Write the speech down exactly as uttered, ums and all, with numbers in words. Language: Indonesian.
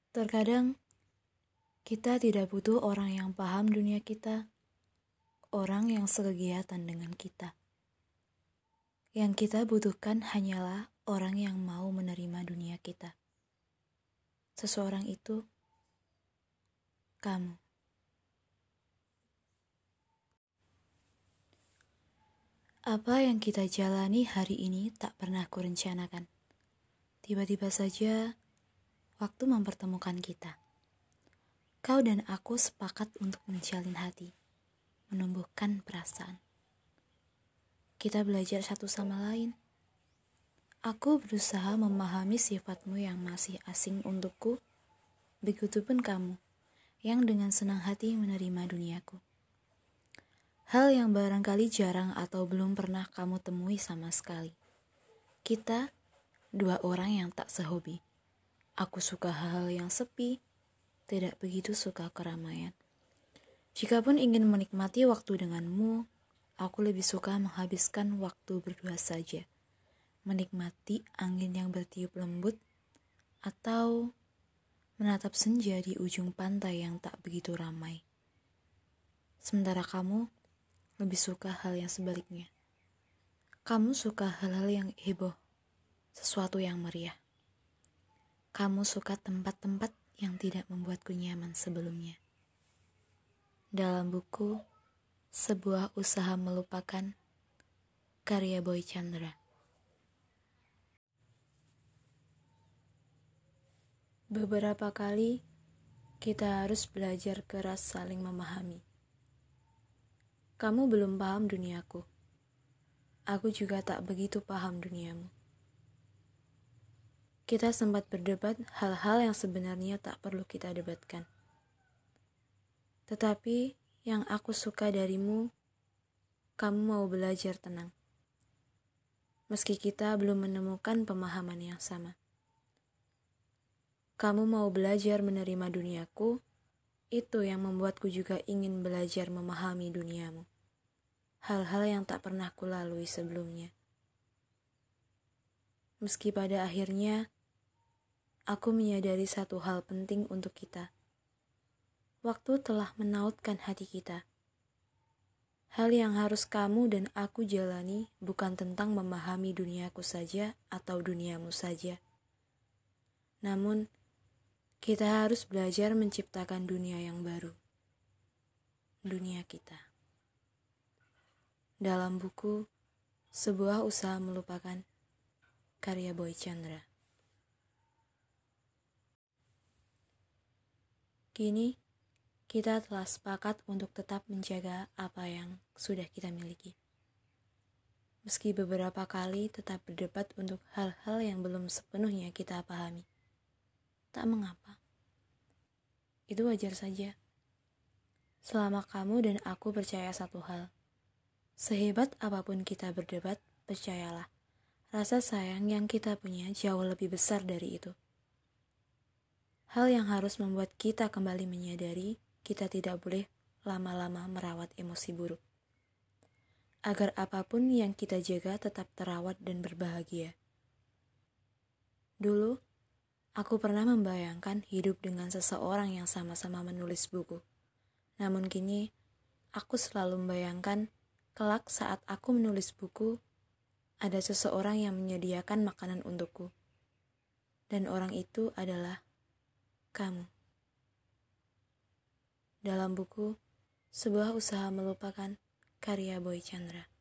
Terkadang kita tidak butuh orang yang paham dunia kita, orang yang sekegiatan dengan kita. Yang kita butuhkan hanyalah orang yang mau menerima dunia kita. Seseorang itu, kamu. Apa yang kita jalani hari ini tak pernah kurencanakan. Tiba-tiba saja, waktu mempertemukan kita. Kau dan aku sepakat untuk menjalin hati, menumbuhkan perasaan. Kita belajar satu sama lain. Aku berusaha memahami sifatmu yang masih asing untukku, begitupun kamu, yang dengan senang hati menerima duniaku. Hal yang barangkali jarang atau belum pernah kamu temui sama sekali. Kita, dua orang yang tak sehobi. Aku suka hal-hal yang sepi, tidak begitu suka keramaian. Jikapun ingin menikmati waktu denganmu, aku lebih suka menghabiskan waktu berdua saja. Menikmati angin yang bertiup lembut, atau menatap senja di ujung pantai yang tak begitu ramai. Sementara kamu lebih suka hal yang sebaliknya. Kamu suka hal-hal yang heboh, sesuatu yang meriah. Kamu suka tempat-tempat yang tidak membuatku nyaman sebelumnya. Dalam buku, Sebuah Usaha Melupakan, karya Boy Chandra. Beberapa kali, kita harus belajar keras saling memahami. Kamu belum paham duniaku. Aku juga tak begitu paham duniamu. Kita sempat berdebat hal-hal yang sebenarnya tak perlu kita debatkan. Tetapi yang aku suka darimu, kamu mau belajar tenang. Meski kita belum menemukan pemahaman yang sama. Kamu mau belajar menerima duniaku, itu yang membuatku juga ingin belajar memahami duniamu. Hal-hal yang tak pernah kulalui sebelumnya. Meski pada akhirnya, aku menyadari satu hal penting untuk kita. Waktu telah menautkan hati kita. Hal yang harus kamu dan aku jalani bukan tentang memahami duniaku saja atau duniamu saja. Namun, kita harus belajar menciptakan dunia yang baru. Dunia kita. Dalam buku, Sebuah Usaha Melupakan, karya Boy Chandra. Kini, kita telah sepakat untuk tetap menjaga apa yang sudah kita miliki. Meski beberapa kali tetap berdebat untuk hal-hal yang belum sepenuhnya kita pahami. Tak mengapa. Itu wajar saja. Selama kamu dan aku percaya satu hal. Sehebat apapun kita berdebat, percayalah. Rasa sayang yang kita punya jauh lebih besar dari itu. Hal yang harus membuat kita kembali menyadari, kita tidak boleh lama-lama merawat emosi buruk. Agar apapun yang kita jaga tetap terawat dan berbahagia. Dulu, aku pernah membayangkan hidup dengan seseorang yang sama-sama menulis buku. Namun kini, aku selalu membayangkan kelak saat aku menulis buku, ada seseorang yang menyediakan makanan untukku. Dan orang itu adalah kamu. Dalam buku, Sebuah Usaha Melupakan, karya Boy Chandra.